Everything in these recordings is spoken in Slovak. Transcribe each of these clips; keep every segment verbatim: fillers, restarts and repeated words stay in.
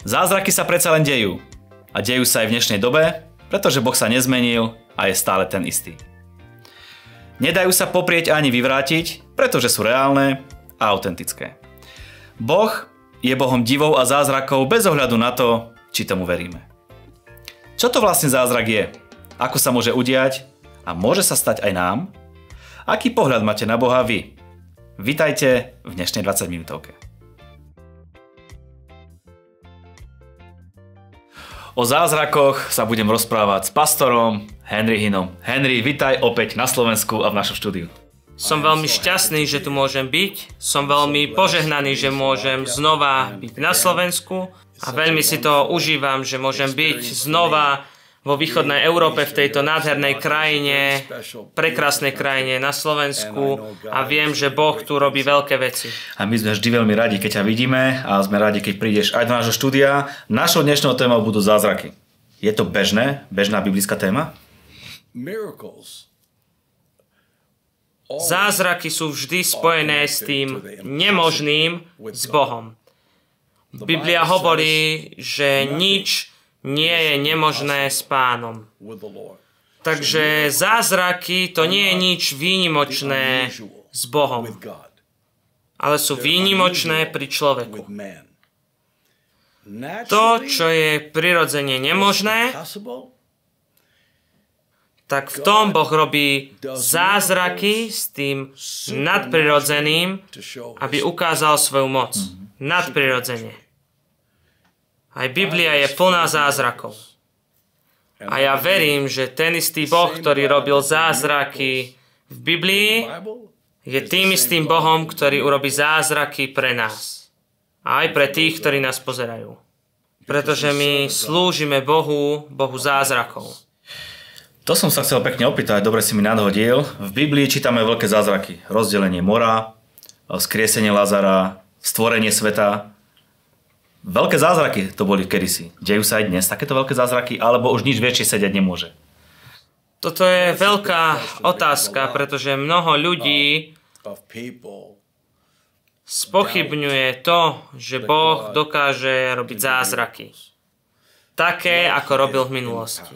Zázraky sa predsa len dejú. A dejú sa aj v dnešnej dobe, pretože Boh sa nezmenil a je stále ten istý. Nedajú sa poprieť ani vyvrátiť, pretože sú reálne a autentické. Boh je Bohom divov a zázrakov bez ohľadu na to, či tomu veríme. Čo to vlastne zázrak je? Ako sa môže udiať? A môže sa stať aj nám? Aký pohľad máte na Boha vy? Vitajte v dnešnej dvadsaťminútovke. O zázrakoch sa budem rozprávať s pastorom Henry Hinom. Henry, vitaj opäť na Slovensku a v našom štúdiu. Som veľmi šťastný, že tu môžem byť. Som veľmi požehnaný, že môžem znova byť na Slovensku. A veľmi si to užívam, že môžem byť znova vo východnej Európe, v tejto nádhernej krajine, prekrásnej krajine na Slovensku. A viem, že Boh tu robí veľké veci. A my sme vždy veľmi radi, keď ťa vidíme a sme radi, keď prídeš aj do nášho štúdia. Našou dnešnou témou budú zázraky. Je to bežné, bežná biblická téma? Zázraky sú vždy spojené s tým nemožným s Bohom. Biblia hovorí, že nič nie je nemožné s Pánom. Takže zázraky to nie je nič výnimočné s Bohom, ale sú výnimočné pri človeku. To, čo je prirodzene nemožné, tak v tom Boh robí zázraky s tým nadprirodzeným, aby ukázal svoju moc. Nadprirodzene. Aj Biblia je plná zázrakov. A ja verím, že ten istý Boh, ktorý robil zázraky v Biblii, je tým istým Bohom, ktorý urobí zázraky pre nás. A aj pre tých, ktorí nás pozerajú. Pretože my slúžime Bohu, Bohu zázrakov. To som sa chcel pekne opýtať, dobre si mi nadhodil. V Biblii čítame veľké zázraky. Rozdelenie mora, vzkriesenie Lazara, stvorenie sveta. Veľké zázraky to boli kedysi. Dejú sa aj dnes takéto veľké zázraky, alebo už nič väčšie sedieť nemôže? Toto je veľká otázka, pretože mnoho ľudí spochybňuje to, že Boh dokáže robiť zázraky. Také, ako robil v minulosti.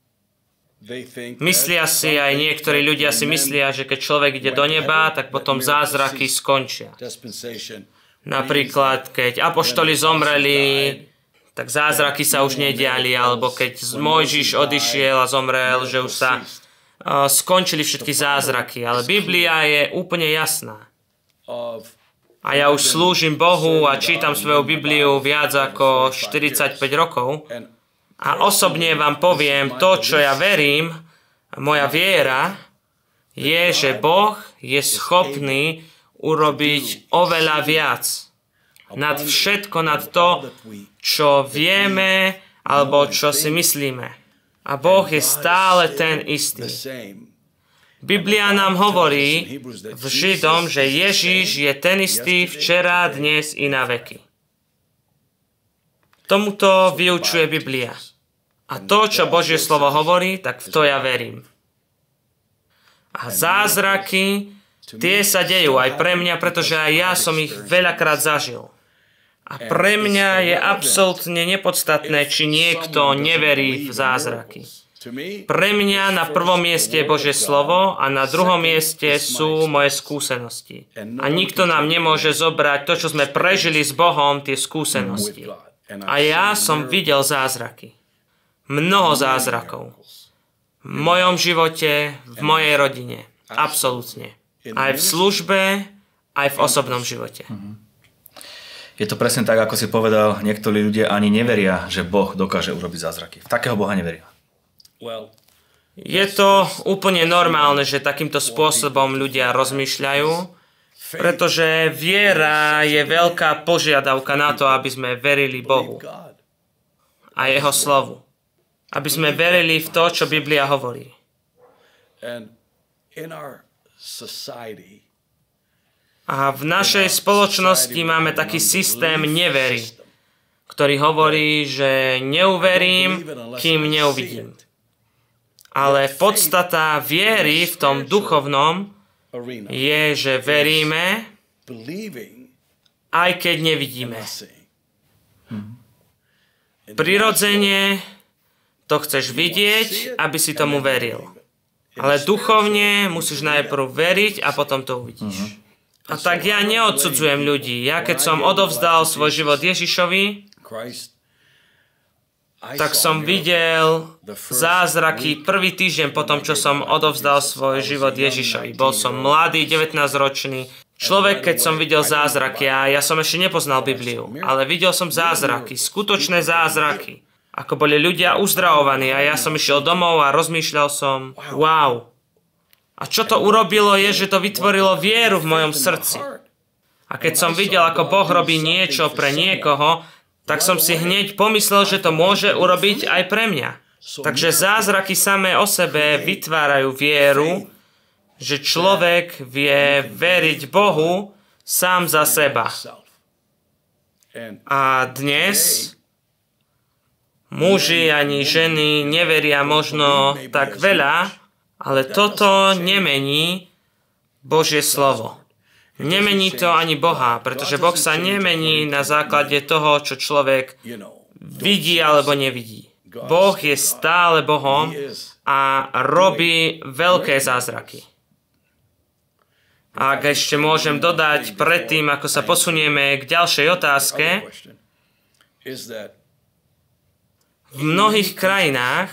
Myslia si, aj niektorí ľudia si myslia, že keď človek ide do neba, tak potom zázraky skončia. Napríklad, keď apoštoli zomreli, tak zázraky sa už nediali, alebo keď Mojžiš odišiel a zomrel, že už sa uh, skončili všetky zázraky. Ale Biblia je úplne jasná. A ja už slúžim Bohu a čítam svoju Bibliu viac ako štyridsaťpäť rokov. A osobne vám poviem, to, čo ja verím, moja viera, je, že Boh je schopný urobiť oveľa viac. Nad všetko, nad to, čo vieme, alebo čo si myslíme. A Boh je stále ten istý. Biblia nám hovorí v Židom, že Ježiš je ten istý včera, dnes i na veky. Tomuto vyučuje Biblia. A to, čo Božie slovo hovorí, tak v to ja verím. A zázraky, tie sa dejú aj pre mňa, pretože aj ja som ich veľakrát zažil. A pre mňa je absolútne nepodstatné, či niekto neverí v zázraky. Pre mňa na prvom mieste je Božie slovo a na druhom mieste sú moje skúsenosti. A nikto nám nemôže zobrať to, čo sme prežili s Bohom, tie skúsenosti. A ja som videl zázraky. Mnoho zázrakov. V mojom živote, v mojej rodine. Absolútne. Aj v službe, aj v osobnom živote. Je to presne tak, ako si povedal, niektorí ľudia ani neveria, že Boh dokáže urobiť zázraky. V takého Boha neveria. Je to úplne normálne, že takýmto spôsobom ľudia rozmýšľajú, pretože viera je veľká požiadavka na to, aby sme verili Bohu a Jeho slovu. Aby sme verili v to, čo Biblia hovorí. A v našej spoločnosti máme taký systém nevery, ktorý hovorí, že neuverím, kým neuvidím. Ale podstata viery v tom duchovnom je, že veríme, aj keď nevidíme. Prirodzene to chceš vidieť, aby si tomu veril. Ale duchovne musíš najprv veriť a potom to uvidíš. A tak ja neodsudzujem ľudí. Ja keď som odovzdal svoj život Ježišovi, tak som videl zázraky prvý týždeň po tom, čo som odovzdal svoj život Ježišovi. Bol som mladý, devätnásťročný človek, keď som videl zázraky. A ja som ešte nepoznal Bibliu, ale videl som zázraky, skutočné zázraky. Ako boli ľudia uzdravovaní a ja som išiel domov a rozmýšľal som, wow. A čo to urobilo je, že to vytvorilo vieru v mojom srdci. A keď som videl, ako Boh robí niečo pre niekoho, tak som si hneď pomyslel, že to môže urobiť aj pre mňa. Takže zázraky samé o sebe vytvárajú vieru, že človek vie veriť Bohu sám za seba. A dnes muži ani ženy neveria možno tak veľa, ale toto nemení Božie slovo. Nemení to ani Boha, pretože Boh sa nemení na základe toho, čo človek vidí alebo nevidí. Boh je stále Bohom a robí veľké zázraky. A ak ešte môžem dodať predtým, ako sa posunieme k ďalšej otázke, v mnohých krajinách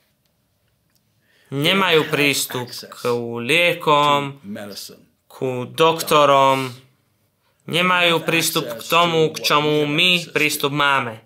nemajú prístup k liekom, ku doktorom, nemajú prístup k tomu, k čomu my prístup máme.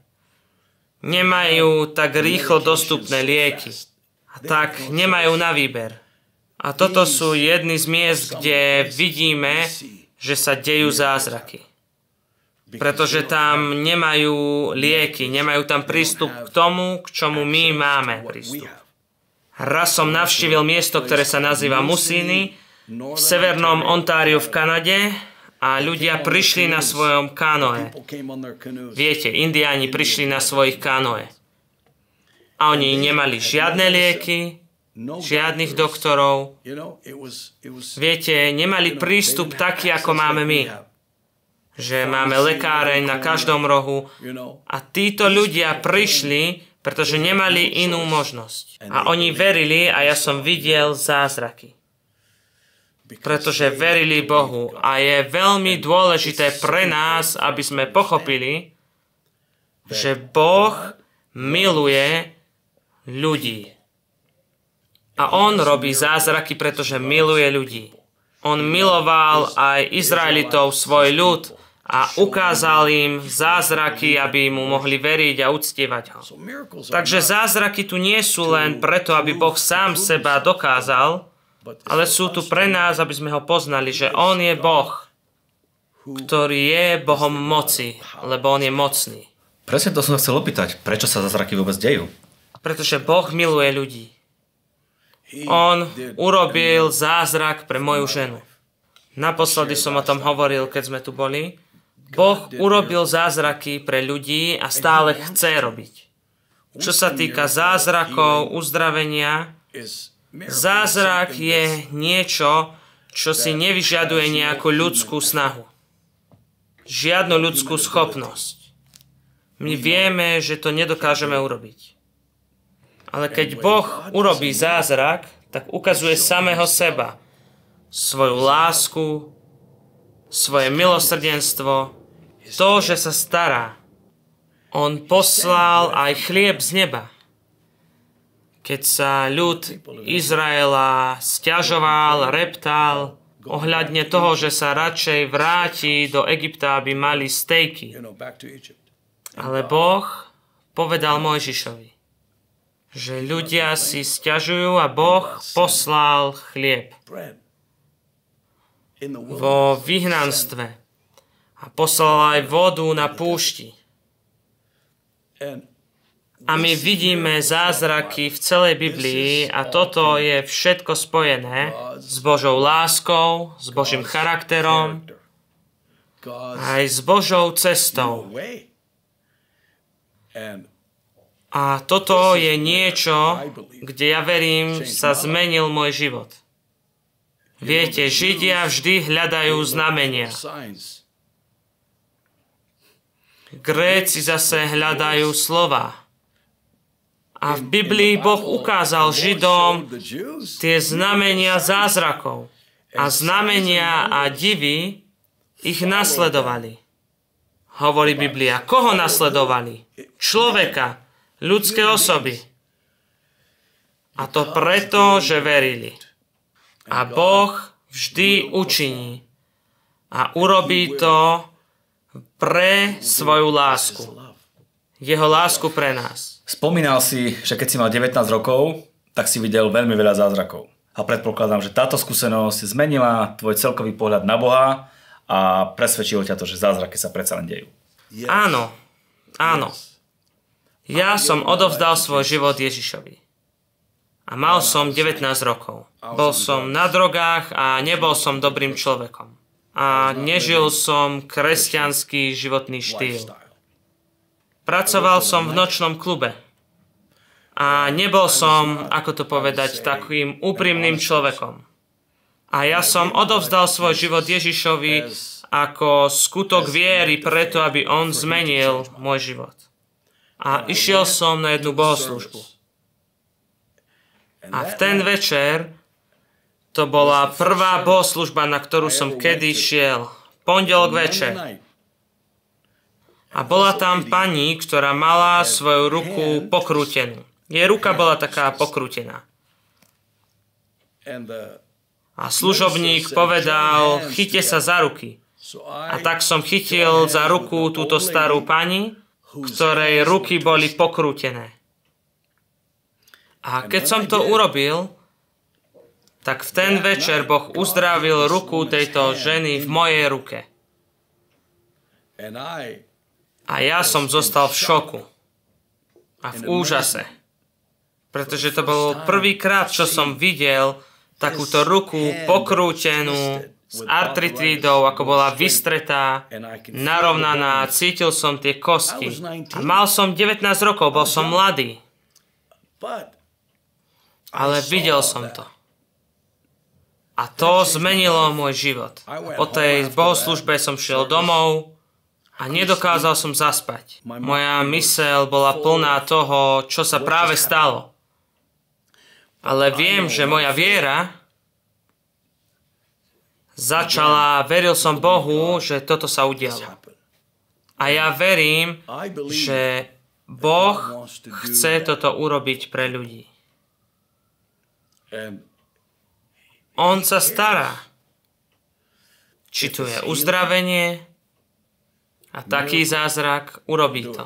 Nemajú tak rýchlo dostupné lieky. A tak nemajú na výber. A toto sú jedny z miest, kde vidíme, že sa dejú zázraky. Pretože tam nemajú lieky, nemajú tam prístup k tomu, k čomu my máme prístup. Raz som navštívil miesto, ktoré sa nazýva Musini, v severnom Ontáriu v Kanade a ľudia prišli na svojom kanoe. Viete, Indiáni prišli na svojich kanoe. A oni nemali žiadne lieky, žiadnych doktorov. Viete, nemali prístup taký, ako máme my. Že máme lekáreň na každom rohu. A títo ľudia prišli, pretože nemali inú možnosť. A oni verili a ja som videl zázraky. Pretože verili Bohu. A je veľmi dôležité pre nás, aby sme pochopili, že Boh miluje ľudí. A on robí zázraky, pretože miluje ľudí. On miloval aj Izraelitov, svoj ľud, a ukázal im zázraky, aby mu mohli veriť a uctievať ho. Takže zázraky tu nie sú len preto, aby Boh sám seba dokázal, ale sú tu pre nás, aby sme ho poznali, že on je Boh, ktorý je Bohom moci, lebo on je mocný. Presne to som sa chcel opýtať. Prečo sa zázraky vôbec dejú? Pretože Boh miluje ľudí. On urobil zázrak pre moju ženu. Naposledy som o tom hovoril, keď sme tu boli. Boh urobil zázraky pre ľudí a stále chce robiť. Čo sa týka zázrakov, uzdravenia, zázrak je niečo, čo si nevyžaduje nejakú ľudskú snahu. Žiadnu ľudskú schopnosť. My vieme, že to nedokážeme urobiť. Ale keď Boh urobí zázrak, tak ukazuje samého seba. Svoju lásku, svoje milosrdenstvo, to, že sa stará. On poslal aj chlieb z neba. Keď sa ľud Izraela sťažoval, reptal ohľadne toho, že sa radšej vráti do Egypta, aby mali stejky. Ale Boh povedal Mojžišovi, že ľudia si sťažujú a Boh poslal chlieb vo vyhnanstve a poslal aj vodu na púšti. A my vidíme zázraky v celej Biblii a toto je všetko spojené s Božou láskou, s Božím charakterom, aj s Božou cestou. A toto je niečo, kde ja verím, sa zmenil môj život. Viete, Židia vždy hľadajú znamenia. Gréci zase hľadajú slova. A v Biblii Boh ukázal Židom tie znamenia zázrakov. A znamenia a divy ich nasledovali. Hovorí Biblia. Koho nasledovali? Človeka, ľudské osoby. A to preto, že verili. A Boh vždy učiní. A urobí to pre svoju lásku. Jeho lásku pre nás. Spomínal si, že keď si mal devätnásť rokov, tak si videl veľmi veľa zázrakov. A predpokladám, že táto skúsenosť zmenila tvoj celkový pohľad na Boha a presvedčilo ťa to, že zázraky sa predsa len dejú. Áno, áno. Ja som odovzdal svoj život Ježišovi. A mal som devätnásť rokov. Bol som na drogách a nebol som dobrým človekom. A nežil som kresťanský životný štýl. Pracoval som v nočnom klube. A nebol som, ako to povedať, takým úprimným človekom. A ja som odovzdal svoj život Ježišovi ako skutok viery preto, aby on zmenil môj život. A išiel som na jednu bohoslúžbu. A v ten večer to bola prvá bohoslúžba, na ktorú som kedy šiel. Pondelok večer. A bola tam pani, ktorá mala svoju ruku pokrútenú. Jej ruka bola taká pokrútená. A služobník povedal, chyťte sa za ruky. A tak som chytil za ruku túto starú pani, ktorej ruky boli pokrútené. A keď som to urobil, tak v ten večer Boh uzdravil ruku tejto ženy v mojej ruke. A ja som zostal v šoku a v úžase. Pretože to bol prvýkrát, čo som videl takúto ruku pokrútenú s artritídou, ako bola vystretá, narovnaná, cítil som tie kosti. A mal som devätnásť rokov, bol som mladý. Ale videl som to. A to zmenilo môj život. Po tej bohoslužbe som šiel domov a nedokázal som zaspať. Moja myseľ bola plná toho, čo sa práve stalo. Ale viem, že moja viera začala, veril som Bohu, že toto sa udialo. A ja verím, že Boh chce toto urobiť pre ľudí. On sa stará. Či tu je uzdravenie a taký zázrak, urobí to.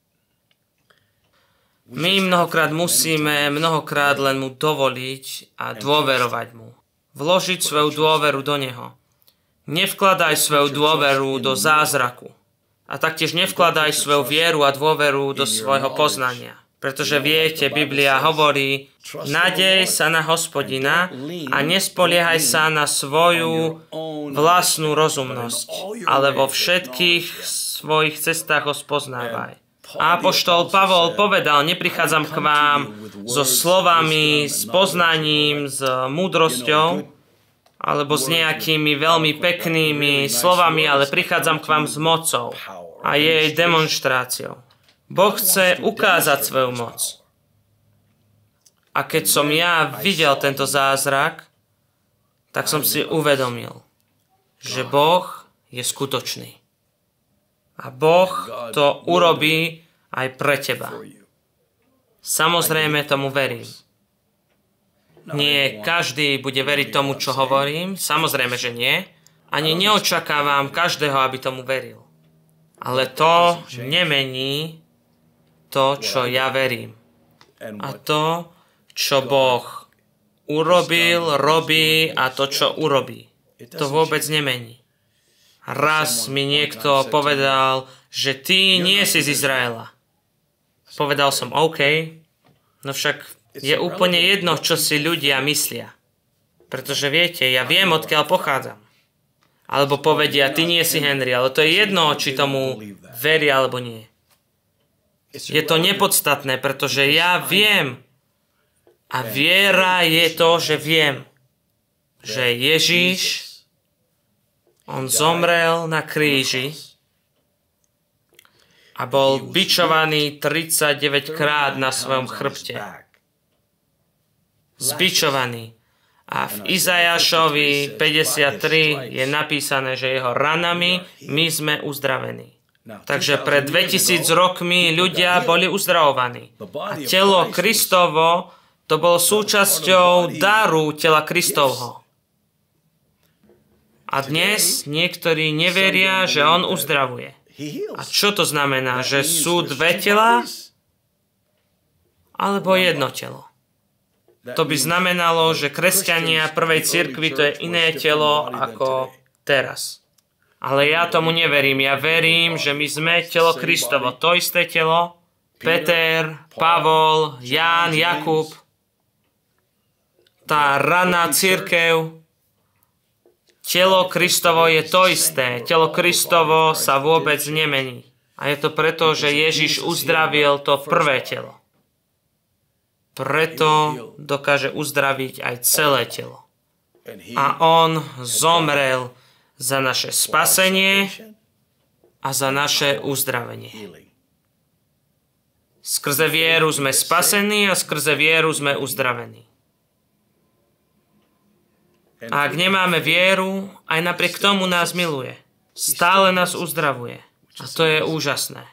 My mnohokrát musíme mnohokrát len mu dovoliť a dôverovať mu. Vložiť svoju dôveru do neho. Nevkladaj svoju dôveru do zázraku. A taktiež nevkladaj svoju vieru a dôveru do svojho poznania. Pretože viete, Biblia hovorí, nadej sa na Hospodina a nespoliehaj sa na svoju vlastnú rozumnosť, ale vo všetkých svojich cestách ho spoznávaj. Apoštol Pavol povedal, neprichádzam k vám so slovami, s poznaním, s múdrosťou, alebo s nejakými veľmi peknými slovami, ale prichádzam k vám s mocou a jej demonštráciou. Boh chce ukázať svoju moc. A keď som ja videl tento zázrak, tak som si uvedomil, že Boh je skutočný. A Boh to urobí aj pre teba. Samozrejme tomu verím. Nie každý bude veriť tomu, čo hovorím. Samozrejme, že nie. Ani neočakávam každého, aby tomu veril. Ale to nemení to, čo ja verím. A to, čo Boh urobil, robí a to, čo urobí. To vôbec nemení. Raz mi niekto povedal, že ty nie si z Izraela. Povedal som, OK, no však je úplne jedno, čo si ľudia myslia. Pretože viete, ja viem, odkiaľ pochádzam. Alebo povedia, ty nie si Henry, ale to je jedno, či tomu veria alebo nie. Je to nepodstatné, pretože ja viem. A viera je to, že viem, že Ježíš, on zomrel na kríži a bol bičovaný tridsaťdeväť krát na svojom chrbte. Zbičovaný. A v Izajašovi päťdesiattri je napísané, že jeho ranami my sme uzdravení. Takže pred dvetisíc rokmi ľudia boli uzdravovaní. A telo Kristovo to bolo súčasťou daru tela Kristovho. A dnes niektorí neveria, že on uzdravuje. A čo to znamená? Že sú dve tela? Alebo jedno telo? To by znamenalo, že kresťania prvej cirkvi to je iné telo ako teraz. Ale ja tomu neverím. Ja verím, že my sme telo Kristovo. To isté telo. Peter, Pavol, Ján, Jakub. Tá raná cirkev. Telo Kristovo je to isté. Telo Kristovo sa vôbec nemení. A je to preto, že Ježiš uzdravil to prvé telo. Preto dokáže uzdraviť aj celé telo. A on zomrel za naše spasenie a za naše uzdravenie. Skrze vieru sme spasení a skrze vieru sme uzdravení. A ak nemáme vieru, aj napriek tomu nás miluje. Stále nás uzdravuje. A to je úžasné.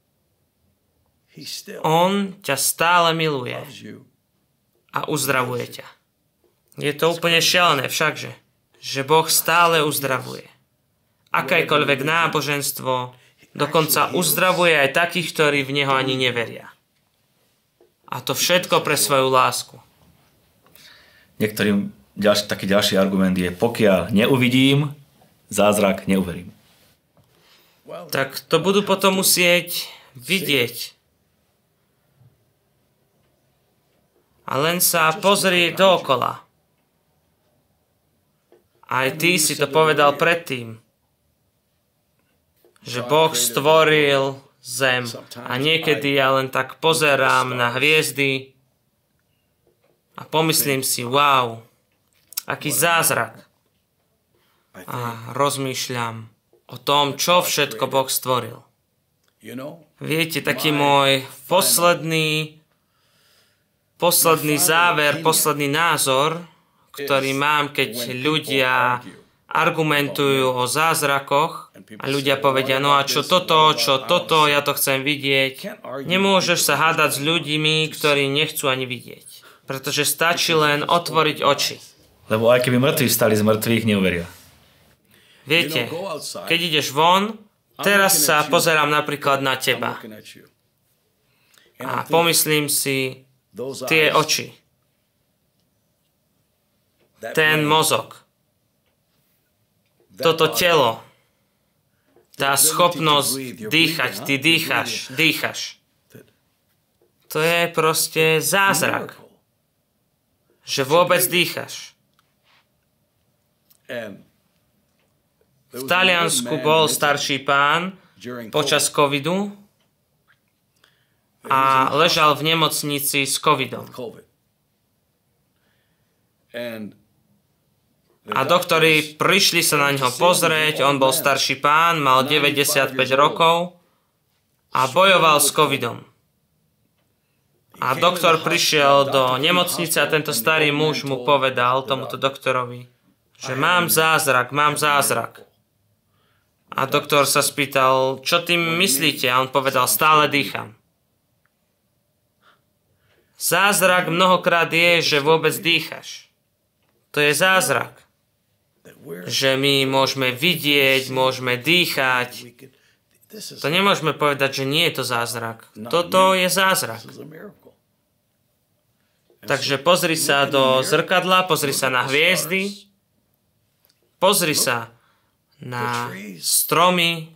On ťa stále miluje a uzdravuje ťa. Je to úplne šialené všakže, že Boh stále uzdravuje. Akékoľvek náboženstvo dokonca uzdravuje aj takých, ktorí v Neho ani neveria. A to všetko pre svoju lásku. Niektorým ďalší, taký ďalší argument je, pokiaľ neuvidím zázrak, neuverím. Tak to budú potom musieť vidieť. A len sa pozri dookola. Aj ty si to povedal predtým, že Boh stvoril zem a niekedy ja len tak pozerám na hviezdy a pomyslím si, wow, aký zázrak. A rozmýšľam o tom, čo všetko Boh stvoril. Viete, taký môj posledný posledný záver, posledný názor, ktorý mám, keď ľudia argumentujú o zázrakoch a ľudia povedia, no a čo toto, čo toto, ja to chcem vidieť. Nemôžeš sa hádať s ľuďmi, ktorí nechcú ani vidieť. Pretože stačí len otvoriť oči. Lebo aj keby mŕtvi vstali z mŕtvych, neuveria. Viete, keď ideš von, teraz sa pozerám napríklad na teba. A pomyslím si, tie oči, ten mozog, toto telo, tá schopnosť dýchať, ty dýchaš, dýchaš. To je proste zázrak, že vôbec dýchaš. V Taliansku bol starší pán počas covidu a ležal v nemocnici s covidom. A doktori prišli sa na ňo pozrieť, on bol starší pán, mal deväťdesiatpäť rokov a bojoval s covidom. A doktor prišiel do nemocnice a tento starý muž mu povedal tomuto doktorovi, že mám zázrak, mám zázrak. A doktor sa spýtal, čo tým myslíte? A on povedal, stále dýcham. Zázrak mnohokrát je, že vôbec dýchaš. To je zázrak. Že my môžeme vidieť, môžeme dýchať. To nemôžeme povedať, že nie je to zázrak. Toto je zázrak. Takže pozri sa do zrkadla, pozri sa na hviezdy, pozri sa na stromy.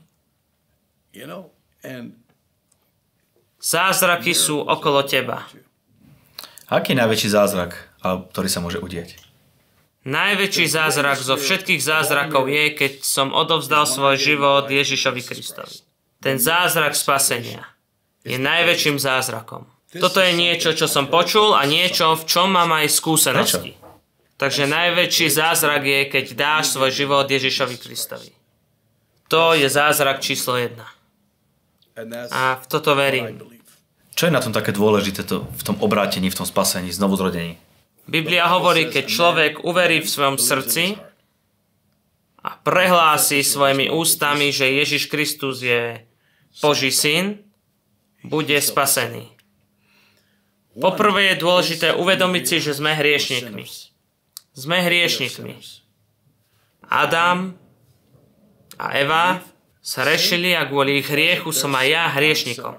Zázraky sú okolo teba. Aký je najväčší zázrak, ktorý sa môže udieť? Najväčší zázrak zo všetkých zázrakov je, keď som odovzdal svoj život Ježišovi Kristovi. Ten zázrak spasenia je najväčším zázrakom. Toto je niečo, čo som počul a niečo, v čom mám aj skúsenosti. Prečo? Takže najväčší zázrak je, keď dáš svoj život Ježišovi Kristovi. To je zázrak číslo jedna. A v toto verím. Čo je na tom také dôležité to, v tom obrátení, v tom spasení, znovuzrodení? Biblia hovorí, keď človek uverí v svojom srdci a prehlási svojimi ústami, že Ježiš Kristus je Boží syn, bude spasený. Poprvé je dôležité uvedomiť si, že sme hriešnikmi. Sme hriešnikmi. Adam a Eva zhrešili a kvôli ich hriechu som aj ja hriešnikom.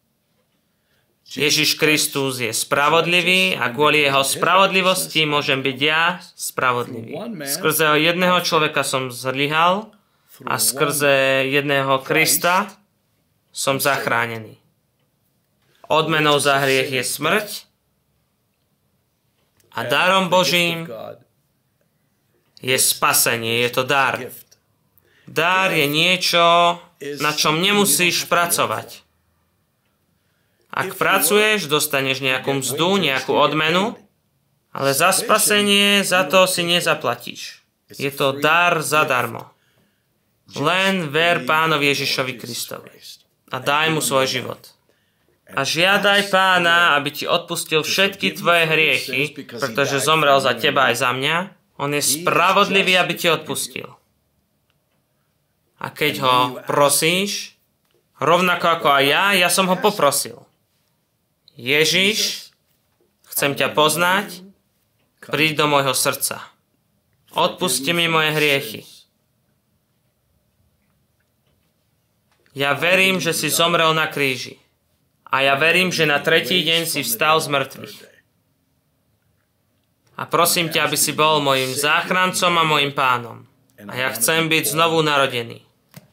Ježiš Kristus je spravodlivý a kvôli jeho spravodlivosti môžem byť ja spravodlivý. Skrze jedného človeka som zlyhal a skrze jedného Krista som zachránený. Odmenou za hriech je smrť a darom Božím je spasenie, je to dar. Dar je niečo, na čom nemusíš pracovať. Ak pracuješ, dostaneš nejakú mzdu, nejakú odmenu, ale za spasenie, za to si nezaplatíš. Je to dar zadarmo. Len ver Pánovi Ježišovi Kristovi a daj mu svoj život. A žiadaj Pána, aby ti odpustil všetky tvoje hriechy, pretože zomrel za teba aj za mňa. On je spravodlivý, aby ti odpustil. A keď ho prosíš, rovnako ako aj ja, ja som ho poprosil. Ježiš, chcem ťa poznať, príď do môjho srdca. Odpusti mi moje hriechy. Ja verím, že si zomrel na kríži. A ja verím, že na tretí deň si vstal z mŕtvych. A prosím ťa, aby si bol mojim záchrancom a mojim pánom. A ja chcem byť znovu narodený.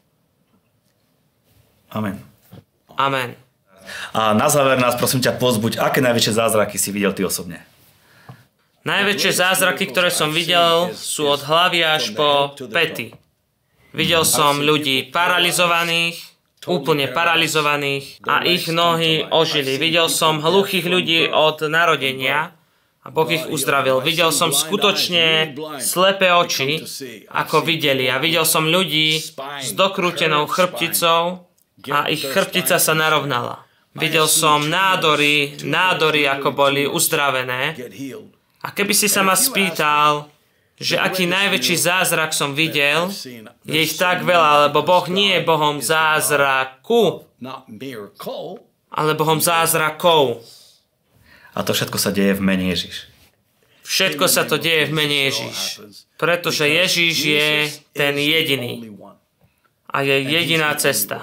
Amen. Amen. A na záver nás prosím ťa pozbuď, aké najväčšie zázraky si videl ty osobne? Najväčšie zázraky, ktoré som videl, sú od hlavy až po pety. Videl som ľudí paralizovaných, úplne paralizovaných a ich nohy ožili. Videl som hluchých ľudí od narodenia a Boh ich uzdravil. Videl som skutočne slepé oči, ako videli. A videl som ľudí s dokrútenou chrbticou a ich chrbtica sa narovnala. Videl som nádory, nádory, ako boli uzdravené. A keby si sa ma spýtal, že aký najväčší zázrak som videl, je ich tak veľa, lebo Boh nie je Bohom zázraku, ale Bohom zázrakov. A to všetko sa deje v mene Ježiš. Všetko sa to deje v mene Ježiš. Pretože Ježiš je ten jediný. A je jediná cesta.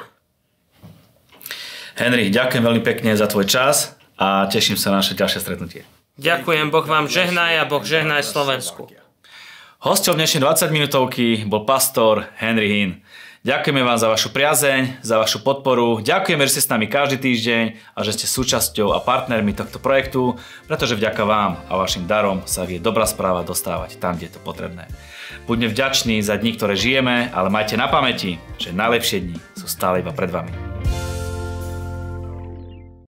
Henry, ďakujem veľmi pekne za tvoj čas a teším sa na naše ďalšie stretnutie. Ďakujem, Boh vám žehnaj a Boh žehnaj Slovensku. Hosťom dnešnej dvadsaťminútovky bol pastor Henry Hinn. Ďakujeme vám za vašu priazeň, za vašu podporu. Ďakujeme, že ste s nami každý týždeň a že ste súčasťou a partnermi tohto projektu, pretože vďaka vám a vašim darom sa vie dobrá správa dostávať tam, kde je to potrebné. Buďme vďační za dni, ktoré žijeme, ale majte na pamäti, že najlepšie dni sú stále iba pred vami.